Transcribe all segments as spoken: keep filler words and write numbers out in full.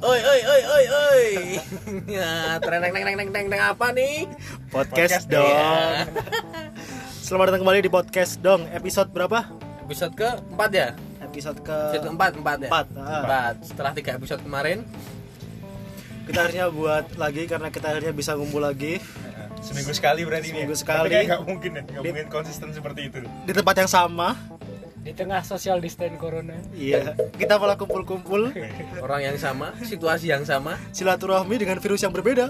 Oi oi oi oi oi. Ya, tren neng neng neng neng neng apa nih? Podcast, podcast dong. Ya. Selamat datang kembali di podcast dong. Episode berapa? Episode keempat ya? Episode ke Episode keempat, empat ya? Empat. Empat. Setelah tiga episode kemarin, kita akhirnya buat lagi karena kita akhirnya bisa ngumpul lagi. Seminggu sekali berarti ini. Seminggu sekali. Tapi kayak nggak mungkin ya, nggak mungkin konsisten seperti itu. Di tempat yang sama. Di tengah social distance corona. Iya, kita malah kumpul-kumpul. orang yang sama, situasi yang sama, silaturahmi dengan virus yang berbeda.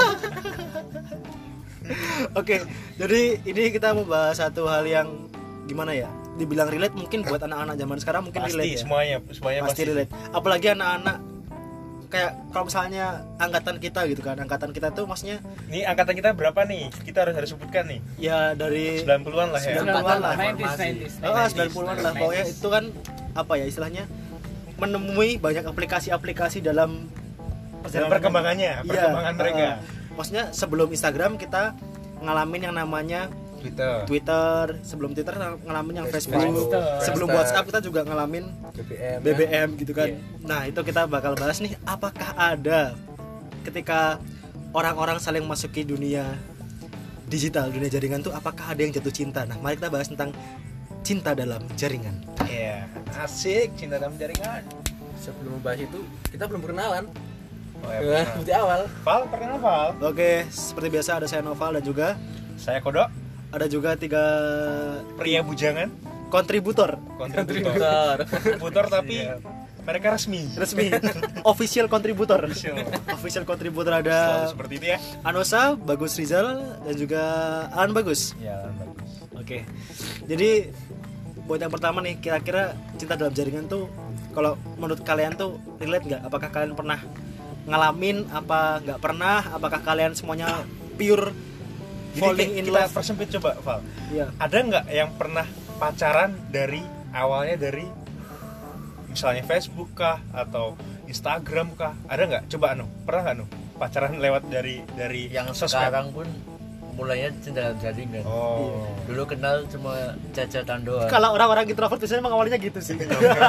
Oke, jadi ini kita mau bahas satu hal yang gimana ya? Dibilang relate mungkin buat anak-anak zaman sekarang mungkin pasti, relate ya. semuanya, semuanya pasti, pasti relate. Apalagi anak-anak kayak kalau misalnya angkatan kita gitu kan. Angkatan kita tuh maksudnya ini angkatan kita berapa nih? Kita harus harus sebutkan nih. Ya dari sembilan puluhan lah ya. sembilan puluhan lah. Oh, sembilan puluhan lah. Pokoknya itu kan apa ya istilahnya? Menemui banyak aplikasi-aplikasi dalam dalam perkembangannya, perkembangan ya, mereka. Uh, maksudnya sebelum Instagram kita ngalamin yang namanya Twitter. Twitter, sebelum Twitter ngalamin yang Facebook, Facebook. sebelum Friendster. WhatsApp kita juga ngalamin B B M, B B M gitu kan. Yeah. Nah, itu kita bakal bahas nih apakah ada ketika orang-orang saling masuki dunia digital, dunia jaringan tuh apakah ada yang jatuh cinta. Nah, mari kita bahas tentang cinta dalam jaringan. Iya, yeah. Asik cinta dalam jaringan. Sebelum membahas itu, kita belum perkenalan. Oh ya, Seperti awal. Val, perkenal Val. Oke, seperti biasa ada saya Noval dan juga Saya Kodok. ada juga tiga Pria bujangan. kontributor. Kontributor. Kontributor tapi yeah. Mereka resmi. Resmi. Official kontributor. Official. Official kontributor ada Selalu seperti itu ya. Anosa, Bagus Rizal dan juga Alan Bagus. Ya, bagus. Oke. Jadi buat yang pertama nih, kira-kira cinta dalam jaringan tuh kalau menurut kalian tuh relate nggak? Apakah kalian pernah ngalamin? Apa nggak pernah? Apakah kalian semuanya pure falling in kita love? persempit coba Val. Iya. Ada nggak yang pernah pacaran dari awalnya dari misalnya Facebook kah atau Instagram kah? Ada nggak? Coba anu, pernah nggak anu pacaran lewat dari dari yang sosmed? sekarang pun mulainya cinta dalam jaringan. Oh. Dulu kenal cuma cacatan doang. Kalau orang-orang introvert biasanya emang awalnya gitu sih.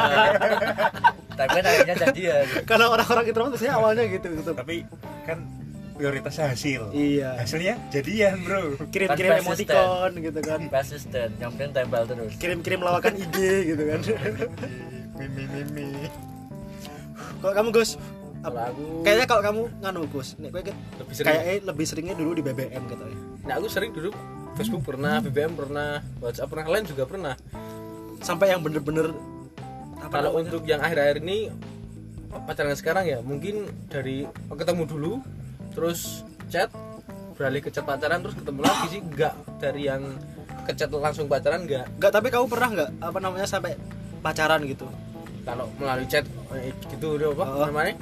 Tapi kan akhirnya jadian. Kalau orang-orang introvert biasanya awalnya gitu gitu. Tapi kan prioritasnya hasil. Iya. Hasilnya jadian, Bro. Kirim-kirim Kan emoticon gitu kan. Persisten, yang penting tempel terus. Kirim-kirim lawakan I G gitu kan. Mimi mimi. Kalau kamu Gus, Kalau aku kayaknya kalau kamu nganu Gus, nek kowe lebih sering. kayaknya lebih seringnya dulu di B B M katanya. Nah, aku sering dulu Facebook pernah, B B M pernah, WhatsApp pernah, lain juga pernah. Sampai yang bener-bener apa Kalau namanya? untuk yang akhir-akhir ini pacaran sekarang ya mungkin dari ketemu dulu terus chat beralih ke chat pacaran terus ketemu lagi sih, enggak dari yang ke chat langsung pacaran enggak. Enggak, tapi kamu pernah enggak apa namanya sampai pacaran gitu? Kalau melalui chat eh, gitu udah apa Oh. namanya?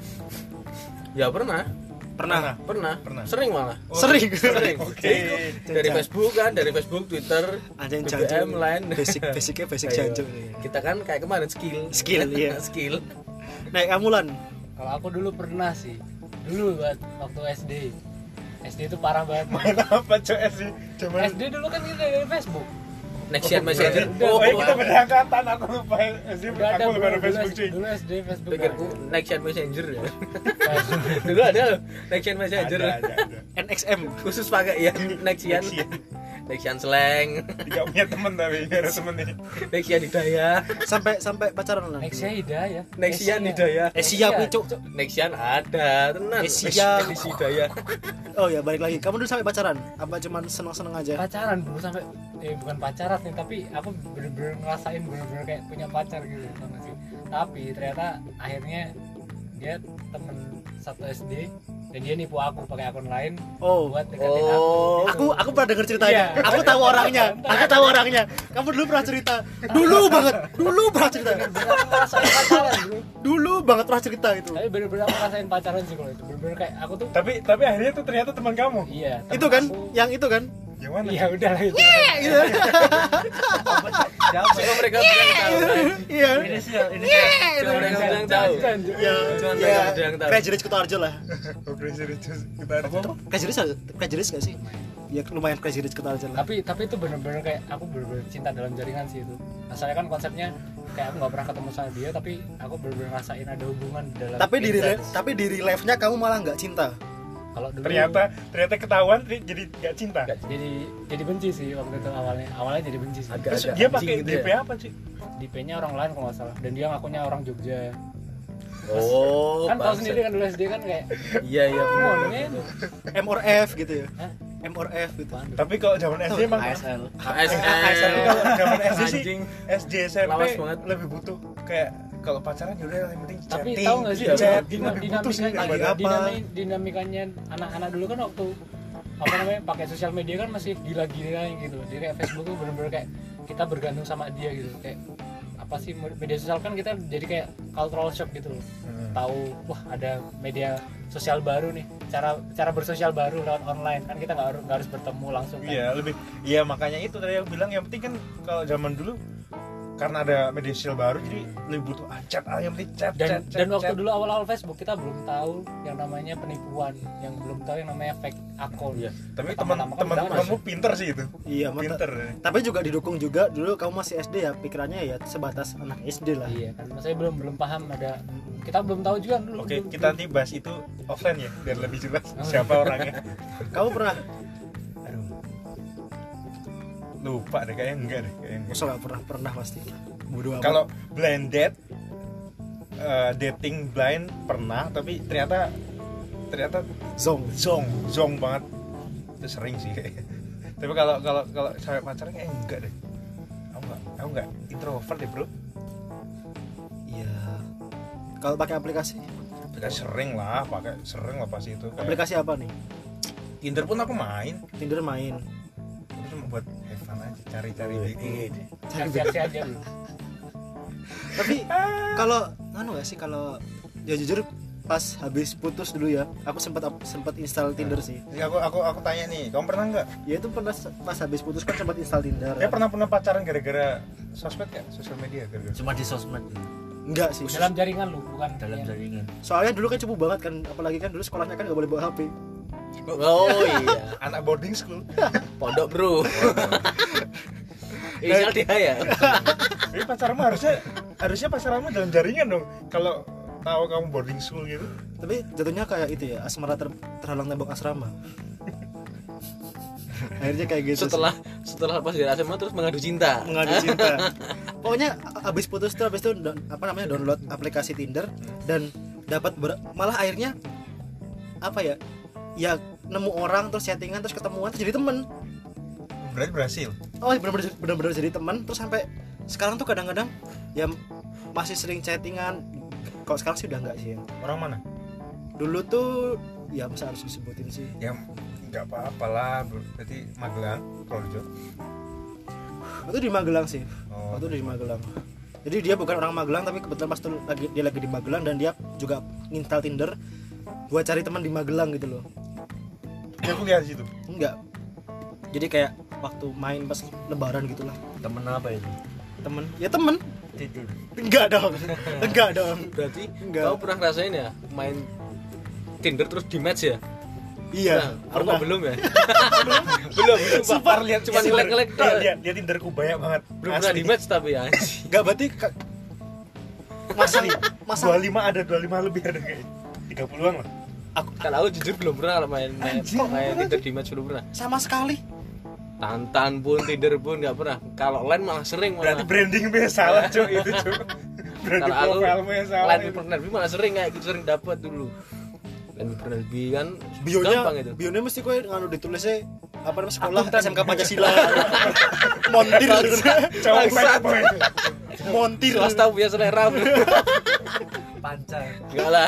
Ya pernah, Pernah. pernah, Pernah. sering malah. Oh, Sering. Sering. Oke. Dari Facebook kan, dari Facebook, Twitter, Anjing B B M, lain. Basic basicnya basic Ayo. jancuk. Kita kan kayak kemarin skill. Skill, iya. Skill. Nah, kamu Lan. Kalau aku dulu pernah sih. Dulu buat waktu S D. S D itu parah banget. Main apa coy sih? Cuman S D dulu kan kita dari Facebook. Nexian Messenger. Oh, oh, kita beda angkatan, aku lupa S D, Udah ada aku lupa dulu, Facebook cuy. dulu S D Facebook. Pikirku nggak Nexian Messenger ya. ada. Dulu ada Nexian Messenger. Ada, ada, ada. N X M. Khusus pakai ya Nexian. Nexian. Nexian slang. Tidak punya teman tapi nggak ada teman nih. Nexian Hidayah. Sampai sampai pacaran Lan. Nexia Hidayah. Nexian Hidayah. Eh siap nih, Cuk. Nexian ada, tenan. Eh, siap. Nexian Hidayah. Oh ya, balik lagi. Kamu dulu sampai pacaran? Apa cuman seneng-seneng aja? Pacaran dulu sampai eh bukan pacaran nih, tapi aku bener-bener ngerasain bener-bener kayak punya pacar gitu sama sih. Tapi ternyata akhirnya dia temen satu S D dan dia nipu aku pakai akun lain Oh. buat deketin Oh. aku. Aku aku pernah denger ceritanya. Iya. Aku tahu orangnya. Aku tahu orangnya. Kamu dulu pernah cerita. Dulu banget. Dulu pernah cerita. Bener-bener aku ngerasain pacaran dulu. Dulu banget pernah cerita itu. Tapi bener-bener aku ngerasain pacaran sih kalau itu. Bener-bener kayak aku tuh Tapi tapi akhirnya tuh ternyata teman kamu. iya. temen Itu kan? aku- Yang itu kan? Yang mana? Iya udah lah itu. Gitu. Cuma mereka bilang tahu. kan? Iya. Inisial, Iya. inisial. Cuma mereka bilang tahu. Ya, Cuman ya, mereka yang tahu. Crazy Rich Kutoarjo lah. Oh, Crazy Rich kita ada. Crazy Rich, Crazy Rich nggak sih? ya lumayan crazy rich kita aja lah. tapi tapi itu bener-bener kayak aku bener-bener cinta dalam jaringan sih itu. Asalnya kan konsepnya kayak aku nggak pernah ketemu sama dia tapi aku bener-bener rasain ada hubungan di dalam. Tapi di real, intens. tapi di real life-nya kamu malah nggak cinta. Kalau dulu ternyata ternyata ketahuan jadi nggak cinta. jadi jadi benci sih waktu itu awalnya awalnya jadi benci sih. Agak- Terus agak dia anjing pakai gitu D P ya. apa sih? D P-nya orang lain kalau nggak salah dan dia ngakunya orang Jogja. Oh, Kan tahu bangsat. sendiri kan dulu S D kan kayak Iya iya benar. oh, ini M or F gitu ya. Hah? M or F gitu. Tapi kalau zaman S D emang A S L. A S L. tapi kalau zaman S D sih Anjing. S D S M P Lawas banget. lebih butuh kayak kalau pacaran ya udah yang penting tapi chatting, tahu nggak sih chat, dina- lebih butuh sih dinamikanya lagi daripada- apa? dinami- dinamikanya anak-anak dulu kan waktu apa namanya pakai sosial media kan masih gila-gilain gitu. Jadi kayak Facebook tuh bener-bener kayak kita bergantung sama dia gitu. Kayak apa sih media sosial kan kita jadi kayak cultural shock gitu loh. Hmm. Tahu wah ada media sosial baru nih, cara cara bersosial baru lewat online kan kita nggak harus nggak harus bertemu langsung kan. Iya lebih, iya makanya itu tadi aku bilang yang penting kan kalau zaman dulu karena ada media sosial baru jadi lebih butuh ah, chat ah yang penting chat dan chat, chat dan waktu chat. dulu awal-awal Facebook kita belum tahu yang namanya penipuan, yang belum tahu yang namanya fake akun. Iya. Tapi Pertama-tama kan teman-temanmu udah pinter sih itu. Iya, Pinter. Tapi juga didukung juga dulu kamu masih S D ya, pikirannya ya sebatas anak S D lah. Iya kan, saya belum belum paham ada, kita belum tahu juga dulu. Oke, belum- kita nanti bahas itu offline ya biar lebih jelas siapa orangnya. Kamu pernah? Aduh. Lupa deh kayaknya enggak deh, kayaknya enggak. Masa nggak pernah pernah pasti. Bodoh amat. Kalau blind date eh, dating blind pernah tapi ternyata ternyata zong. zong zong banget. Itu sering sih. Tapi kalau kalau kalau cewek pacaran kayak enggak deh. Aku enggak, aku enggak introvert ya, Bro. Iya. Kalau pakai aplikasi? Pakai sering lah, pakai sering lah pasti itu. Kayak Aplikasi apa nih? Tinder pun aku main. Tinder main. Tapi cuma buat have fun aja, cari-cari date. Reaksi aja dulu. Tapi kalau anu gak sih kalau ya jujur pas habis putus dulu ya, aku sempat sempat install Tinder sih. Jadi aku aku aku tanya nih, kamu pernah enggak? Ya itu pernah pas habis putus kan sempat install Tinder. Ya pernah pernah pacaran gara-gara sosmed kan? Sosial media gara-gara. Cuma di sosmed, Enggak sih. Dalam jaringan lu, bukan dalam yang- jaringan. Soalnya dulu kan cepu banget kan, apalagi kan dulu sekolahnya kan nggak boleh bawa H P. Oh iya. Anak boarding school. Pondok, Bro. Inisial dia ya. Tapi pacarmu harusnya harusnya pacarmu dalam jaringan dong. Kalau tahu kamu boarding school gitu. Tapi jatuhnya kayak itu ya, asmara ter- terhalang tembok asrama. Akhirnya kayak gitu. Setelah setelah pas dari S M A terus mengadu cinta. sih. Mengadu cinta. Pokoknya a- abis putus tuh abis itu do- apa namanya download aplikasi Tinder dan dapat ber- malah akhirnya apa ya? Ya nemu orang terus chattingan terus ketemuan terus jadi temen. Berarti berhasil. Oh benar-benar benar-benar jadi teman terus sampai sekarang tuh kadang-kadang ya masih sering chattingan. Kalau sekarang sih udah enggak sih ya. Orang mana? Dulu tuh ya masa harus disebutin sih. Ya nggak apa-apa lah. Berarti Magelang, Projo. Itu di Magelang sih. Oh. Waktu di Magelang. Jadi dia bukan orang Magelang tapi kebetulan pas tuh lagi dia lagi di Magelang dan dia juga nginstal Tinder buat cari teman di Magelang gitu loh. Dia kuliah di situ. Enggak. Jadi kayak waktu main pas lebaran gitulah. Temen apa itu? Temen, ya temen. Tidur. Enggak dong. Enggak dong. Berarti Enggak. kamu pernah ngerasain ya main Tinder terus di match ya? Iya, Nah, aku pernah. belum ya. belum, belum. Sumpah lihat cuma Tinder. ngelek-ngelek Dia, doang. dia, dia Tinderku banyak banget. Belum pernah di match tapi ya. Enggak berarti ka- masa masa dua puluh lima ada dua puluh lima lebih ada kayak tiga puluhan lah. aku Kalau aku jujur belum pernah kalau main main, Anjing, main Tinder di match belum pernah. sama sekali. Tantan pun Tinder pun nggak pernah. Kalau lain malah sering malah. Berarti branding nya salah cuy itu cuy. Branding Kalau aku profilmu yang salah. lain itu. pernah malah sering kayak gitu sering dapat dulu. Dan pernah lebih kan Bionya gampang itu. bionya mesti kowe nganu ditulisnya apa namanya sekolah Akuntan. S M K Pancasila. Montir. Cowok Bangsat. bad boy. Montir. Swasta punya selera. Pancal. Enggak lah.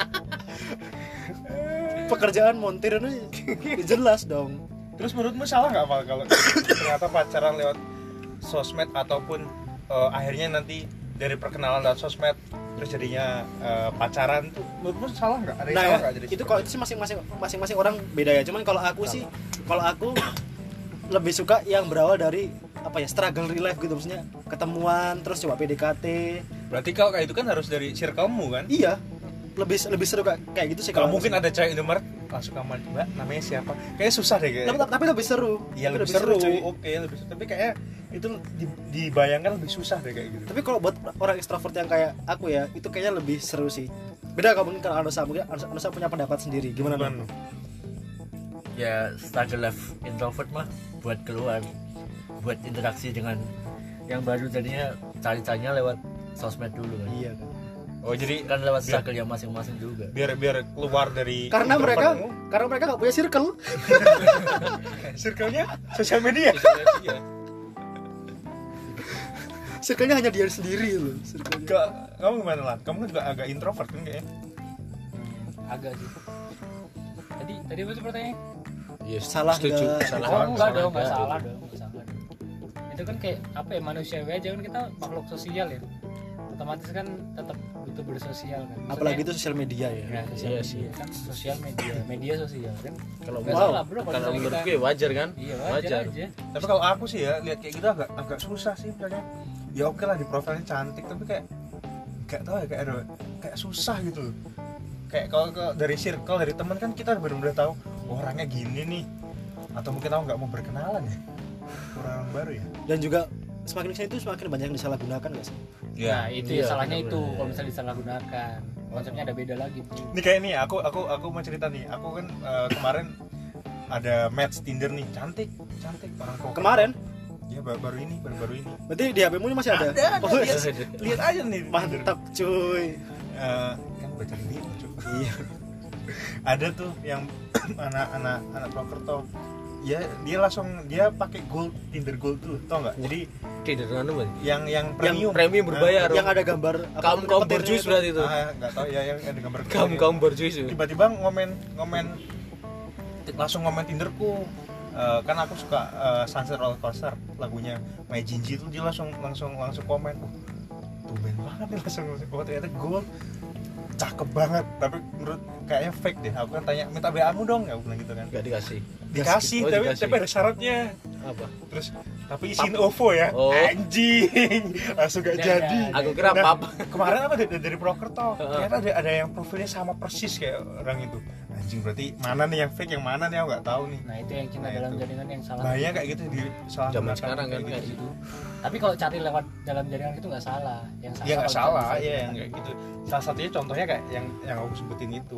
Pekerjaan montir ini jelas dong. Terus menurutmu salah nggak Val kalau ternyata pacaran lewat sosmed ataupun eh, akhirnya nanti dari perkenalan lewat sosmed terus jadinya eh, pacaran tuh menurutmu salah nggak? Ada yang Nah, salah ya, nggak jadi? itu kalau itu sih masing-masing masing-masing orang beda ya. Cuman kalau aku sih kalau aku lebih suka yang berawal dari apa ya struggle real life gitu, maksudnya ketemuan terus coba P D K T. Berarti kalau kayak itu kan harus dari circlemu kan? Iya. lebih lebih seru kayak kayak gitu sih Kalau kalau mungkin ada cewek Indomaret langsung kamar, Mbak, namanya siapa? Kayaknya susah deh kayak. tapi, tapi lebih seru. Iya Tapi lebih seru, cuy. oke lebih seru. Tapi kayaknya itu di- dibayangkan lebih susah deh kayak gitu. Tapi kalau buat orang ekstrovert yang kayak aku ya, itu kayaknya lebih seru sih. Beda kalau mungkin kalau Anusa, mungkin Anusa, Anusa punya pendapat sendiri. Gimana Gimana? Bang? Ya struggle life introvert mah buat keluar, buat interaksi dengan yang baru, jadinya cari-carinya lewat sosmed dulu kan. Iya kan. Oh jadi Kan lewat biar, struggle yang masing-masing juga. biar biar keluar dari Karena mereka introvertmu. karena mereka nggak punya circle. circle-nya sosial media. Iya. Circle-nya hanya dia sendiri loh. Circle-nya. Ke, kamu gimana lah? Kamu kan juga agak introvert kan kayaknya. Hmm, agak sih. Tadi tadi apa sih pertanyaannya? Yes, Salah setuju. nggak? Salah. Oh enggak Salah dong, enggak nggak. salah dong, enggak salah dong. Itu kan kayak apa ya, manusiawi aja kan, kita makhluk sosial ya. Otomatis kan tetap butuh bersosial kan. Maksudnya- Apalagi itu sosial media ya. ya, sosial Iya media sih. kan, sosial media, media sosial kan. Kalau Nggak wow. salah, bro, kalau kalau misalnya menurut kita- gue wajar kan? Iya wajar, aja. Tapi kalau aku sih ya lihat kayak gitu agak agak susah sih misalnya. Ya oke lah di profilnya cantik tapi kayak nggak tahu ya kayak ada kayak susah gitu. Kayak kalau ke- dari circle dari teman kan kita benar-benar tahu oh, orangnya gini nih. Atau mungkin aku nggak mau berkenalan ya. Orang baru ya. Dan juga semakin kesini itu semakin banyak yang disalahgunakan nggak sih? Nah, itu Iya, ya salahnya benar-benar. itu kalau misalnya disalahgunakan. Konsepnya ada beda lagi, bro. Ini kayak nih aku aku aku mau cerita nih. Aku kan eh, kemarin ada match Tinder nih, cantik, cantik orang kok. Kemarin, Ya baru, baru ini, baru baru ini. berarti di H P-mu ini masih ada? Ada, ada. Oh, lihat, lihat aja nih. mantap cuy. Eh, kan baca review, cuy. Iya. Ada tuh yang anak-anak anak Prokerto. Ya dia langsung dia pakai gold, Tinder gold tuh, tau nggak? Jadi Tidak anu Bang. yang yang premium, premium berbayar. Yang ada gambar apa, Kaum kaum petirnya borjuis itu. berarti itu. Ah, nggak tahu ya yang ada gambar Kaum kaum borjuis itu. tiba-tiba ngomen ngomen langsung ngomen Tinderku. Eh, kan aku suka eh, Sunset Roller Coaster lagunya My Jinji tuh, dia langsung langsung langsung komen, oh, tumben banget nih, langsung oh ternyata gold, cakep banget. Tapi menurut kayaknya fake deh. Aku kan tanya minta B A-mu dong, ya aku bilang gitu kan. Enggak dikasih. Dikasih, Oh, tapi dikasih. tapi ada syaratnya. Apa? Terus tapi isiin O V O ya. Oh. Anjing. Langsung gak Ya, jadi. ya. Aku kira Nah, pap. kemarin apa dari, dari Prokerto, Heeh. ternyata ada ada yang profilnya sama persis kayak orang itu. Anjing, berarti mana nih yang fake, yang mana nih aku nggak tahu nih. Nah, itu yang cinta Nah, dalam itu. jaringan yang salah. Bahaya kayak gitu di salah Zaman gunakan sekarang kan kayak gitu. Tapi kalau cari lewat dalam jaringan itu nggak salah. Yang salah Ya nggak kalau salah, cari ya lewat yang kayak gitu. Salah satunya contohnya kayak yang yang aku sebutin itu.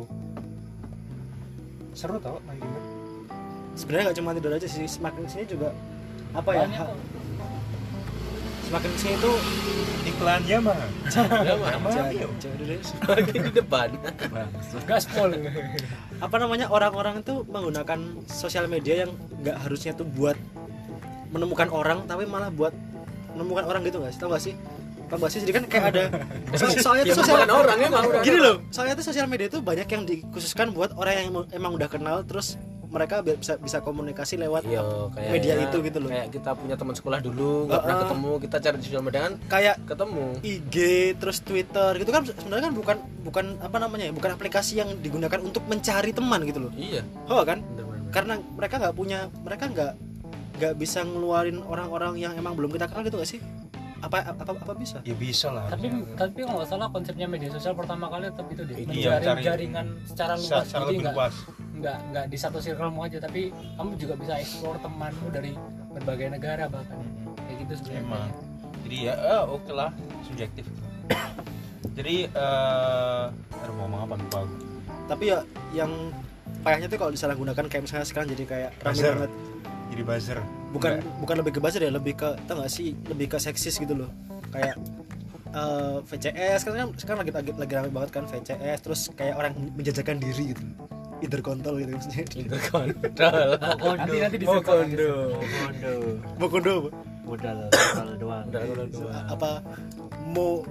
Seru tau main Tinder. Sebenarnya nggak cuma Tinder aja sih, semakin sini juga apa ya? Banyak ha- kok. Semakin sini tuh Iklannya mah. Ya mah. Jangan, jangan dulu deh. Lagi di depan. Gaspol. Apa namanya, orang-orang itu menggunakan sosial media yang nggak harusnya tuh buat menemukan orang, tapi malah buat menemukan orang gitu, nggak sih? Tahu nggak sih? Tahu nggak sih? Jadi kan kayak ada so- soalnya Ya tuh sosial bukan orang emang udah. gini loh, soalnya tuh sosial media itu banyak yang dikhususkan buat orang yang emang- emang udah kenal, terus mereka bi- bisa bisa komunikasi lewat Iya, kayak media itu gitu loh. Kayak kita punya teman sekolah dulu, nggak pernah Heeh. ketemu, kita cari di sosial media kan Kayak ketemu. I G terus Twitter gitu kan sebenarnya kan bukan bukan apa namanya ya, bukan aplikasi yang digunakan untuk mencari teman gitu loh. Iya, Oh kan? bener-bener. Karena mereka nggak punya, mereka nggak nggak bisa ngeluarin orang-orang yang emang belum kita kenal gitu nggak sih? Apa apa apa bisa? Ya bisa lah. tapi tapi kalau nggak salah konsepnya media sosial pertama kali tetap itu deh, Iya, menjaring cari- jaringan secara luas. secara Jadi lebih nggak luas. nggak nggak di satu circlemu aja, tapi kamu juga bisa explore temanmu dari berbagai negara bahkan, kayak gitu sebenarnya. Emang. Jadi ya eh, oke lah, subjektif. Jadi eh aduh, mau ngomong apa lupa aku. Tapi ya yang payahnya tuh kalau disalahgunakan kayak misalnya sekarang jadi kayak rame Buzzer. banget. Jadi buzzer. Bukan Enggak. bukan lebih ke buzzer ya, lebih ke tau gak sih, lebih ke seksis gitu loh. Kayak eh, V C S kan sekarang lagi lagi lagi rame banget kan V C S, terus kayak orang menjajakan diri gitu. Interkontol gitu maksudnya. Interkontrol. Nanti nanti di Mau circle kondo. Kondo, Bokondo apa? modal modal doang. Udah udah dua. apa mau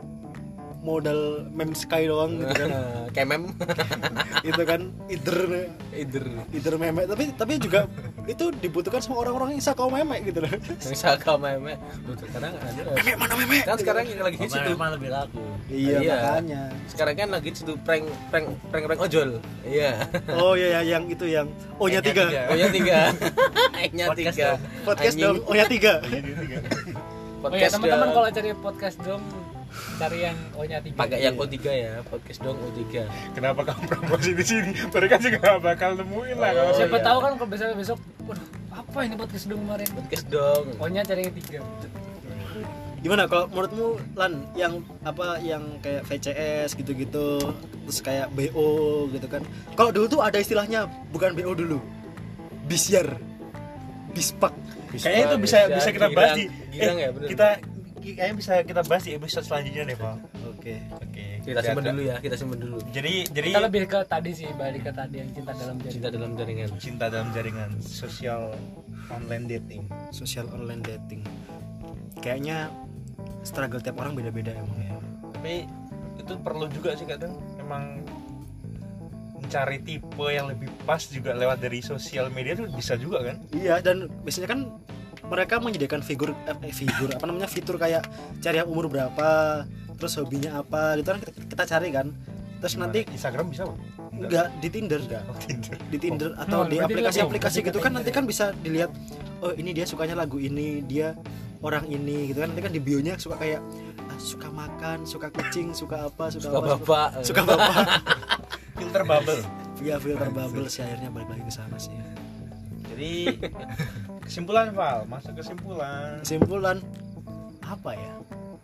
modal meme sky doang gitu kan. Kemem. Itu kan either Ider. either meme, tapi tapi juga itu dibutuhkan sama orang-orang yang sakau meme gitu loh. Yang saka meme. Betul, kadang ada. Meme mana meme? Kan sekarang yang lagi hits itu. Emang lebih laku. Iya, Iya. makanya. Sekarang kan lagi situ prank prank prank prank ojol. Iya. Oh iya ya, yang itu yang O-nya E-nya tiga. tiga. Oh ya tiga. E-nya Podcast tiga. dong. Podcast Anjing. dong, O-nya tiga. Jadi tiga. Oh ya teman-teman kalau cari podcast dong cari yang O-nya tiga. pakai yang O tiga ya, podcast dong O tiga. Kenapa kamu promosi di sini? Mereka juga nggak bakal nemuin lah kalau Siapa iya. tahu kan kalau besok besok, waduh apa ini podcast dong kemarin? Podcast dong. O-nya cari yang tiga. Gimana kalau menurutmu Lan yang apa yang kayak V C S gitu-gitu terus kayak B O gitu kan. Kalau dulu tuh ada istilahnya bukan B O dulu. Bisyar. Bispak. kayaknya itu bisa Bisa, bisa kita girang, bahas di girang eh, ya, bener. kita kayaknya bisa kita bahas di episode selanjutnya deh Pak. Oke. Oke. Kita simpen dulu ya, kita simpen dulu. Jadi jadi Kita lebih ke tadi sih, balik ke tadi yang cinta dalam jaringan. Cinta dalam jaringan. cinta dalam jaringan sosial online dating. Social online dating. Kayaknya struggle tiap orang beda-beda emang ya. Tapi itu perlu juga sih kadang emang mencari tipe yang lebih pas juga lewat dari sosial media tuh bisa juga kan? Iya, dan biasanya kan mereka menyediakan figur eh, figur apa namanya fitur kayak cari yang umur berapa, terus hobinya apa gitu kan kita, kita cari kan. Terus Gimana? nanti Instagram bisa Pak? enggak di Tinder enggak. Oh, Tinder. Di Tinder Oh, atau di berarti aplikasi-aplikasi lebih- gitu kan lebih nanti ke kan bisa dilihat oh ini dia sukanya lagu ini, dia orang ini gitu kan. Nanti kan di bio-nya suka kayak ah, suka makan, suka kucing, suka apa, suka, Suka apa, bapak. suka, suka bapak. Filter bubble. Via filter bubble sih akhirnya balik lagi ke sana sih. Jadi kesimpulan Val, masuk kesimpulan. Kesimpulan apa ya?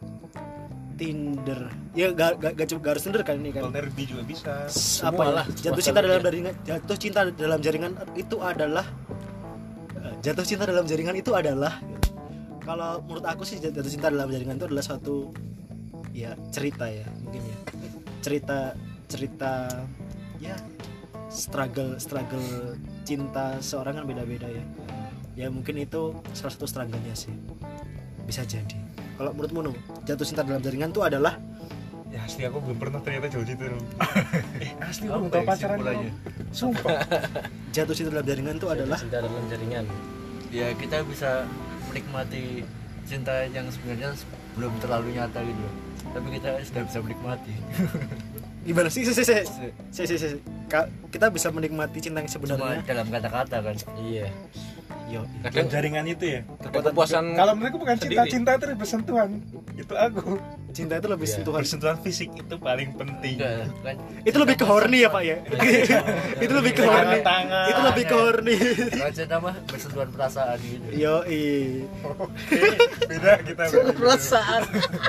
Tinder. Ya gak, gak, gak, gak harus Tinder kan ini kan. Alternatif juga bisa. S- Semua apa ya? lah, Jatuh semua cinta dalam sekalian. jaringan, jatuh cinta dalam jaringan itu adalah eh, jatuh cinta dalam jaringan itu adalah kalau menurut aku sih jatuh cinta dalam jaringan itu adalah suatu ya cerita ya mungkin ya cerita cerita ya struggle struggle cinta seorang kan beda-beda ya ya mungkin itu salah satu struggle-nya sih bisa jadi. Kalau menurutmu Nuh, jatuh cinta dalam jaringan itu adalah Ya asli aku belum pernah ternyata jauh situ. eh asli aku Apa belum tahu ya pacaran. kesimpulannya? Sumpah. jatuh cinta dalam jaringan itu adalah Cinta dalam jaringan. Ya kita bisa menikmati cinta yang sebenarnya belum terlalu nyata gitu loh. Tapi kita sudah bisa menikmati. gimana sih sih sih sih sih sih sih. Ka- kita bisa menikmati cinta yang Cuma sebenarnya. dalam kata-kata kan. Iya. Yo, Dan Kadang jaringan itu ya. ada kepuasan. Kalau menurutku bukan sendiri. cinta-cinta itu bersentuhan. Itu aku. cinta itu lebih Iya. sentuhan. Bersentuhan fisik itu paling penting. Enggak kan. Itu lebih ke horny ya Pak ya. itu lebih ke horny. Tangan. Itu lebih ke horny. Kalau cinta mah bersentuhan perasaan gitu. Yo i. Oke, beda kita. perasaan.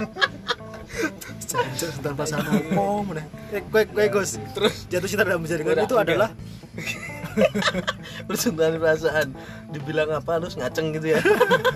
Jancuk tentang perasaan apa mana? Eh, kue kue Gus. Terus jatuh cinta dalam jaringan Udah, itu udah. adalah Persentuhan perasaan. Dibilang apa terus ngaceng gitu ya.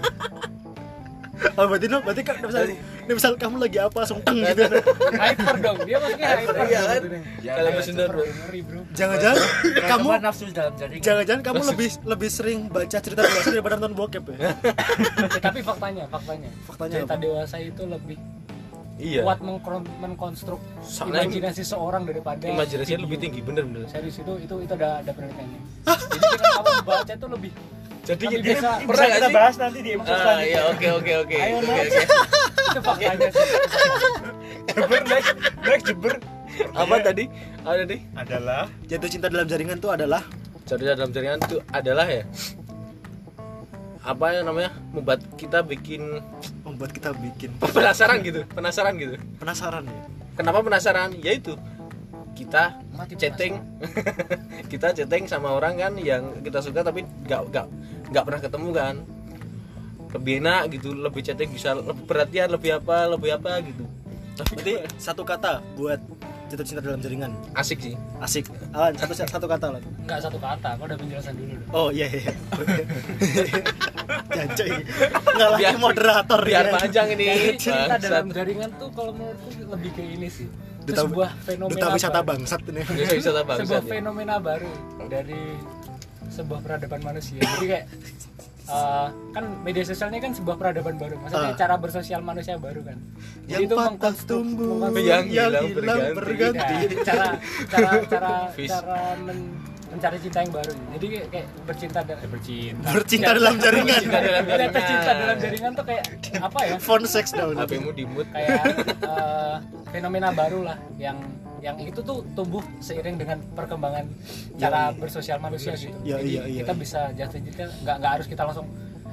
oh, berarti no, berarti kan misal, misal kamu lagi apa langsung teng gitu. Hyper dong, dia maksudnya hyper. Iya kan? Ya, Kalau kayak bersentuhan Ngeri bro. Jangan-jangan kamu Cuma nafsu dalam jaringan. jangan-jangan kamu lebih lebih sering baca cerita dewasa daripada nonton bokep ya. Eh, tapi faktanya, faktanya, Faktanya cerita apa? dewasa itu lebih Iya. kuat mengkon- mengkonstruk Soalnya imajinasi seorang daripada Imajinasinya video. lebih tinggi, bener-bener. Serius itu itu itu ada ada penelitiannya. Jadi dengan kamu membaca itu lebih Jadi lebih ini bisa Bisa Pernah nggak kita sih? bahas nanti di episode Ah, selanjutnya. iya, oke oke oke. Ayo, Oke, Mas. oke. itu faktanya sih. Jeber next, next jeber. Apa tadi? Apa tadi? Adalah Jatuh cinta dalam jaringan itu adalah Jatuh dalam jaringan itu adalah ya apa yang namanya membuat kita bikin membuat kita bikin penasaran gitu, penasaran gitu. penasaran ya. Kenapa penasaran? Yaitu kita Mati chatting, kita chatting sama orang kan yang kita suka tapi nggak nggak nggak pernah ketemu kan. Lebih enak gitu, lebih chatting bisa lebih perhatian, lebih apa, lebih apa gitu. Berarti satu kata buat jatuh cinta dalam jaringan. Asik sih. Asik. Alan, satu satu kata Alan. Enggak satu kata, kau udah penjelasan dulu dong. Oh iya iya. Jancoy. Enggak lagi Biar- moderator Biar ya. panjang ini. Jadi cerita Bangsat. dalam jaringan tuh kalau menurutku lebih ke ini sih. Itu Duta, sebuah fenomena duta wisata baru. bangsat ini. Bisa bisa tambah. Sebuah fenomena baru dari sebuah peradaban manusia. Jadi kayak uh, kan media sosial ini kan sebuah peradaban baru. Maksudnya Ah. cara bersosial manusia baru kan. Jadi Yang itu patah mengkonstruk tumbuh, mengkonstruk- Yang yang hilang hilang berganti. berganti. Ya, cara cara cara Fish. cara men- mencari cinta yang baru. Jadi kayak, kayak bercinta dan eh, bercinta. Bercinta dalam jaringan. Cinta dalam Ternyata jaringan. cinta dalam jaringan tuh kayak apa ya? Phone sex down. H P-mu di mute. Kayak eh, fenomena baru lah yang yang itu tuh tumbuh seiring dengan perkembangan cara bersosial manusia gitu. Ya, Jadi iya, iya, kita iya. bisa jatuh cinta nggak nggak harus kita langsung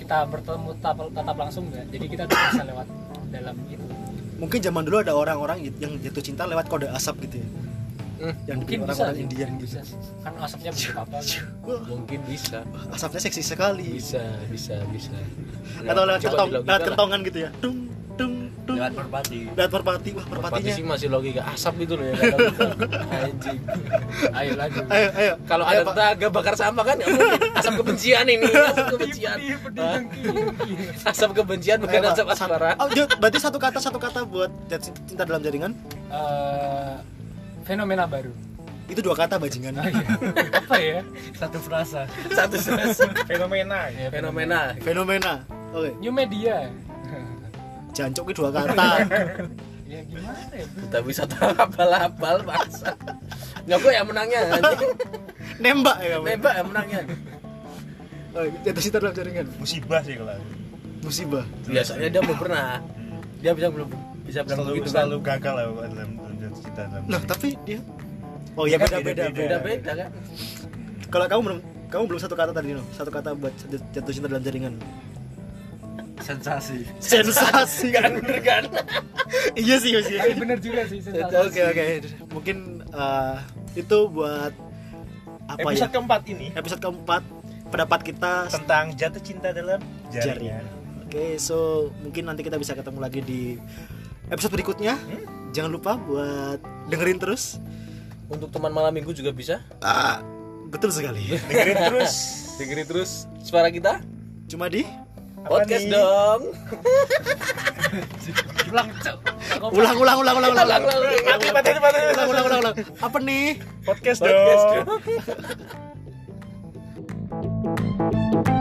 kita bertemu tatap, tatap langsung enggak. Jadi kita tuh bisa lewat dalam itu. Mungkin zaman dulu ada orang-orang yang jatuh cinta lewat kode asap gitu ya. Hmm, Yang Mungkin bikin bisa orang-orang sih, Indian gitu. bisa sih. Kan asapnya bentuk apa gitu. Wah, mungkin bisa asapnya seksi sekali. bisa bisa bisa Atau lewat Coba kentong, dilogika lewat lah. kentongan gitu ya. Dung dung dung. lewat merpati. Lewat merpati. Wah, Merpati merpatinya. sih masih logika asap itu loh ya nggak logika. Anjing. Ayo lanjut. Ayo, ayo. Kalau Ayo, ada Pak. tetangga bakar sampah kan nggak mungkin asap kebencian ini asap kebencian Hah? asap kebencian bukan Ayo, Pak. asap Sat- asmara Oh, Jod, berarti satu kata satu kata buat jatuh cinta dalam jaringan. Eh, fenomena baru. Itu dua kata bajingan. Oh, iya. Apa ya? Satu frasa. satu frasa fenomena Ya, fenomena Fenomena. Oke. New media. Jancok itu dua kata. Ya gimana ya? kita bisa abal-abal bangsa nggak gue yang menangnya anjing. Nembak ya kamu. nembak yang menangnya Oh, jatuh cinta dalam jaringan. musibah sih kalau aku. Musibah. biasanya dia belum pernah dia bisa belum bisa bilang selalu begitu kan selalu gagal lah dalam dalam jatuh cinta dalam Nah, tapi dia Oh ya Kan beda-beda. beda-beda. beda beda kan Kalau kamu belum kamu belum satu kata tadi, no. Satu kata buat jatuh cinta dalam jaringan. Sensasi. Sensasi kan bener kan Iya sih, iya sih. Tapi bener juga sih sensasi. Oke, oke. Mungkin eh, itu buat apa episode ya? keempat ini Episode keempat pendapat kita tentang jatuh cinta dalam jaringan. jaringan. Oke, so mungkin nanti kita bisa ketemu lagi di episode berikutnya. Jangan lupa buat dengerin terus. untuk teman malam minggu juga bisa Ah, betul sekali. Dengerin terus dengerin terus suara kita Cuma di Apa podcast nih? dong Ulang, Cok. ulang ulang ulang ulang ulang ulang Ulang, ulang, ulang. Mati, mati, mati, mati. ulang ulang ulang ulang. Apa nih? Podcast Podcast dong. dong